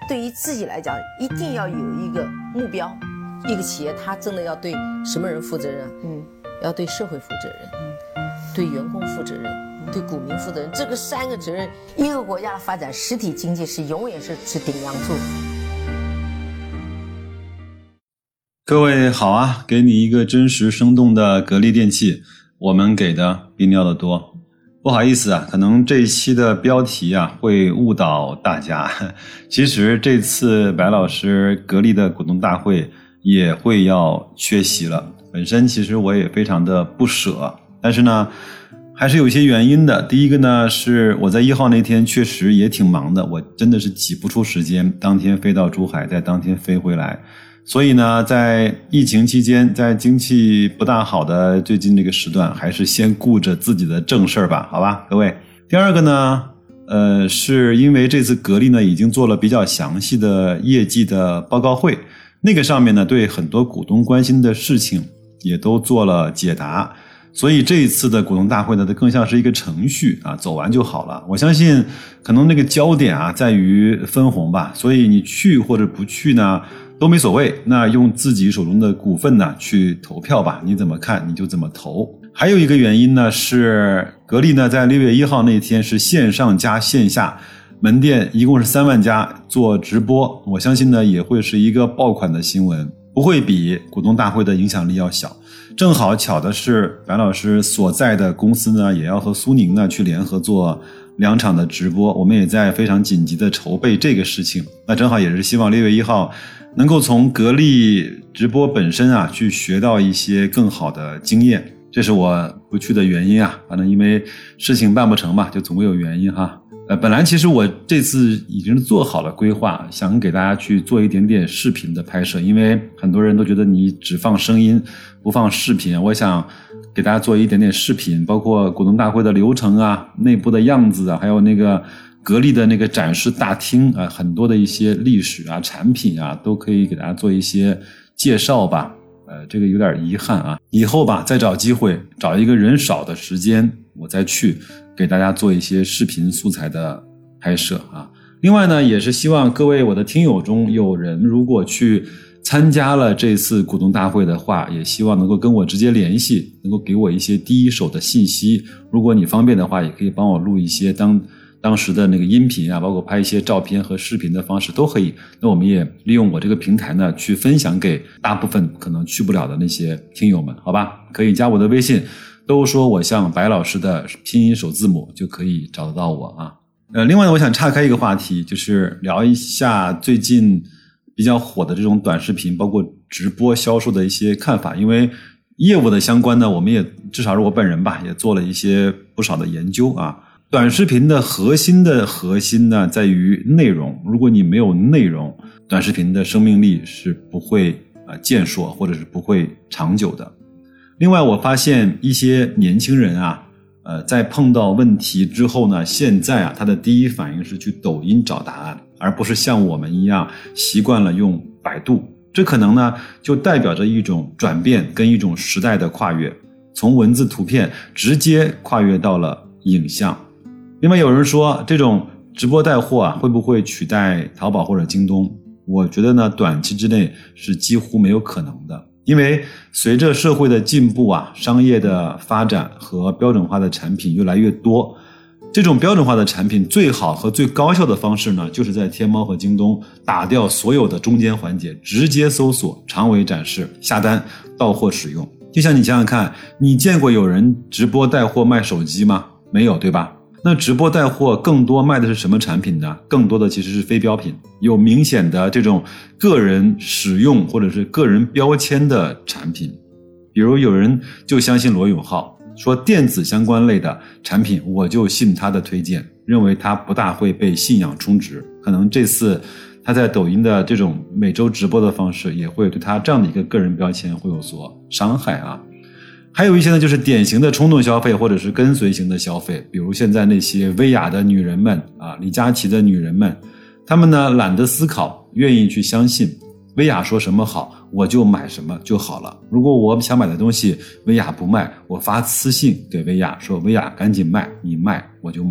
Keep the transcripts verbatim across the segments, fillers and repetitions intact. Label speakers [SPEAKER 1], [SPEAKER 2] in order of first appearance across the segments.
[SPEAKER 1] 对于自己来讲，一定要有一个目标。一个企业它真的要对什么人负责任？嗯，要对社会负责任，嗯，对员工负责任，对股民负责任。这个三个责任，一个国家的发展，实体经济是永远是是顶梁柱。
[SPEAKER 2] 各位好啊，给你一个真实生动的格力电器，我们给的比你要的多。不好意思啊，可能这一期的标题啊会误导大家。其实这次白老师格力的股东大会也会要缺席了，本身其实我也非常的不舍，但是呢还是有一些原因的。第一个呢是我在一号那天确实也挺忙的，我真的是挤不出时间，当天飞到珠海，再当天飞回来。所以呢在疫情期间，在经济不大好的最近这个时段，还是先顾着自己的正事儿吧，好吧各位。第二个呢呃，是因为这次格力呢已经做了比较详细的业绩的报告会，那个上面呢对很多股东关心的事情也都做了解答，所以这一次的股东大会呢，它更像是一个程序啊，走完就好了。我相信可能那个焦点啊在于分红吧，所以你去或者不去呢都没所谓，那用自己手中的股份呢去投票吧，你怎么看你就怎么投。还有一个原因呢是格力呢在六月一号那天是线上加线下门店一共是三万家做直播，我相信呢也会是一个爆款的新闻，不会比股东大会的影响力要小。正好巧的是白老师所在的公司呢也要和苏宁呢去联合做两场的直播，我们也在非常紧急的筹备这个事情。那正好也是希望六月一号能够从格力直播本身啊去学到一些更好的经验，这是我不去的原因啊。反正因为事情办不成嘛，就总会有原因哈。呃，本来其实我这次已经做好了规划，想给大家去做一点点视频的拍摄，因为很多人都觉得你只放声音不放视频，我想给大家做一点点视频，包括股东大会的流程啊，内部的样子啊，还有那个格力的那个展示大厅啊，很多的一些历史啊产品啊都可以给大家做一些介绍吧。呃，这个有点遗憾啊，以后吧再找机会，找一个人少的时间我再去给大家做一些视频素材的拍摄啊。另外呢也是希望各位我的听友中有人如果去参加了这次股东大会的话，也希望能够跟我直接联系，能够给我一些第一手的信息。如果你方便的话，也可以帮我录一些当当时的那个音频啊，包括拍一些照片和视频的方式都可以。那我们也利用我这个平台呢去分享给大部分可能去不了的那些听友们，好吧？可以加我的微信，都说我像白老师的拼音首字母就可以找得到我啊。呃，另外呢我想岔开一个话题，就是聊一下最近比较火的这种短视频包括直播销售的一些看法。因为业务的相关呢，我们也至少是我本人吧也做了一些不少的研究啊。短视频的核心的核心呢在于内容，如果你没有内容，短视频的生命力是不会呃健硕或者是不会长久的。另外我发现一些年轻人啊呃，在碰到问题之后呢，现在啊他的第一反应是去抖音找答案，而不是像我们一样习惯了用百度。这可能呢就代表着一种转变跟一种时代的跨越，从文字图片直接跨越到了影像。另外有人说这种直播带货啊会不会取代淘宝或者京东，我觉得呢短期之内是几乎没有可能的。因为随着社会的进步啊，商业的发展和标准化的产品越来越多，这种标准化的产品最好和最高效的方式呢，就是在天猫和京东打掉所有的中间环节，直接搜索、长尾展示、下单、到货使用。就像你想想看，你见过有人直播带货卖手机吗？没有，对吧？那直播带货更多卖的是什么产品呢？更多的其实是非标品，有明显的这种个人使用或者是个人标签的产品。比如有人就相信罗永浩，说电子相关类的产品我就信他的推荐，认为他不大会被信仰充值。可能这次他在抖音的这种每周直播的方式也会对他这样的一个个人标签会有所伤害啊。还有一些呢就是典型的冲动消费或者是跟随型的消费，比如现在那些薇娅的女人们啊，李佳琦的女人们，她们呢懒得思考，愿意去相信薇娅说什么好我就买什么就好了。如果我想买的东西薇娅不卖，我发私信给薇娅说薇娅赶紧卖，你卖我就买。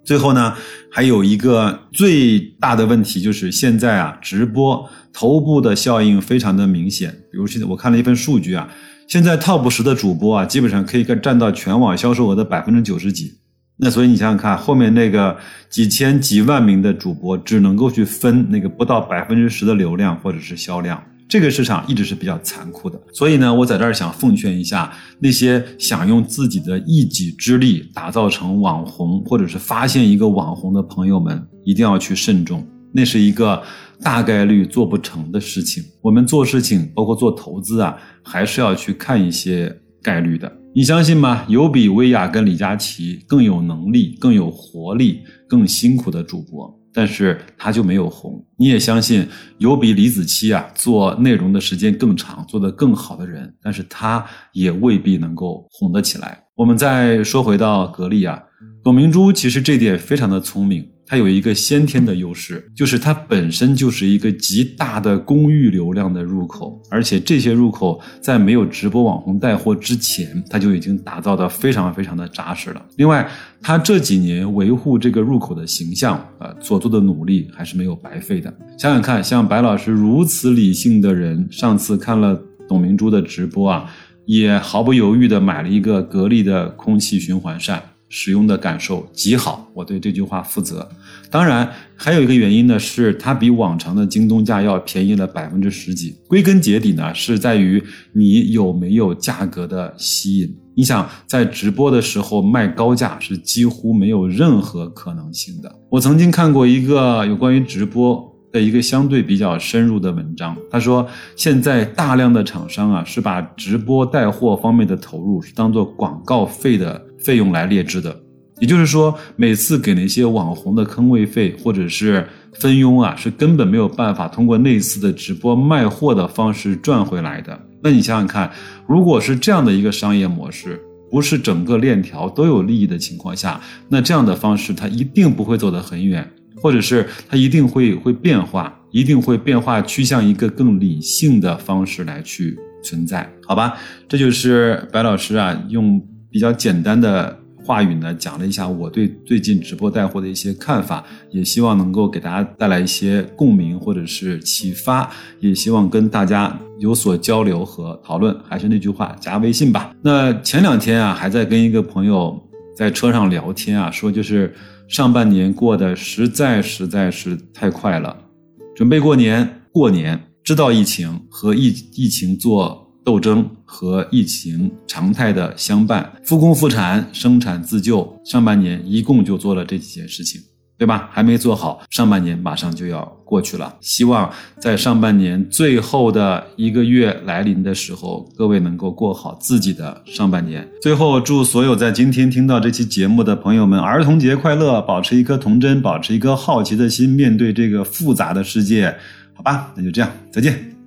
[SPEAKER 2] 最后呢，还有一个最大的问题就是现在啊，直播头部的效应非常的明显。比如现在我看了一份数据啊，现在 top 十的主播啊，基本上可以占到全网销售额的 百分之九十 几。那所以你想想看，后面那个几千几万名的主播只能够去分那个不到 百分之十 的流量或者是销量。这个市场一直是比较残酷的，所以呢，我在这儿想奉劝一下那些想用自己的一己之力打造成网红，或者是发现一个网红的朋友们，一定要去慎重，那是一个大概率做不成的事情。我们做事情，包括做投资啊，还是要去看一些概率的。你相信吗？有比薇娅跟李佳琦更有能力、更有活力、更辛苦的主播，但是他就没有红。你也相信有比李子柒啊做内容的时间更长、做得更好的人，但是他也未必能够红得起来。我们再说回到格力啊，董明珠其实这点非常的聪明，他有一个先天的优势，就是它本身就是一个极大的公域流量的入口，而且这些入口在没有直播网红带货之前，它就已经打造得非常非常的扎实了。另外，他这几年维护这个入口的形象呃，所做的努力还是没有白费的。想想看，像白老师如此理性的人，上次看了董明珠的直播啊，也毫不犹豫地买了一个格力的空气循环扇，使用的感受极好，我对这句话负责。当然还有一个原因呢，是它比往常的京东价要便宜了百分之十几。归根结底呢，是在于你有没有价格的吸引。你想在直播的时候卖高价是几乎没有任何可能性的。我曾经看过一个有关于直播的一个相对比较深入的文章，他说现在大量的厂商啊是把直播带货方面的投入是当做广告费的费用来列支的，也就是说每次给那些网红的坑位费或者是分佣啊，是根本没有办法通过类似的直播卖货的方式赚回来的。那你想想看，如果是这样的一个商业模式，不是整个链条都有利益的情况下，那这样的方式它一定不会走得很远，或者是它一定会会变化，一定会变化趋向一个更理性的方式来去存在，好吧？这就是白老师啊用比较简单的话语呢讲了一下我对最近直播带货的一些看法，也希望能够给大家带来一些共鸣或者是启发，也希望跟大家有所交流和讨论。还是那句话，加微信吧。那前两天啊还在跟一个朋友在车上聊天啊，说就是上半年过得实在实在是太快了，准备过年过年，知道疫情和疫疫情做斗争，和疫情常态的相伴，复工复产，生产自救，上半年一共就做了这几件事情，对吧？还没做好，上半年马上就要过去了。希望在上半年最后的一个月来临的时候，各位能够过好自己的上半年。最后祝所有在今天听到这期节目的朋友们儿童节快乐，保持一颗童真，保持一颗好奇的心，面对这个复杂的世界。好吧，那就这样，再见。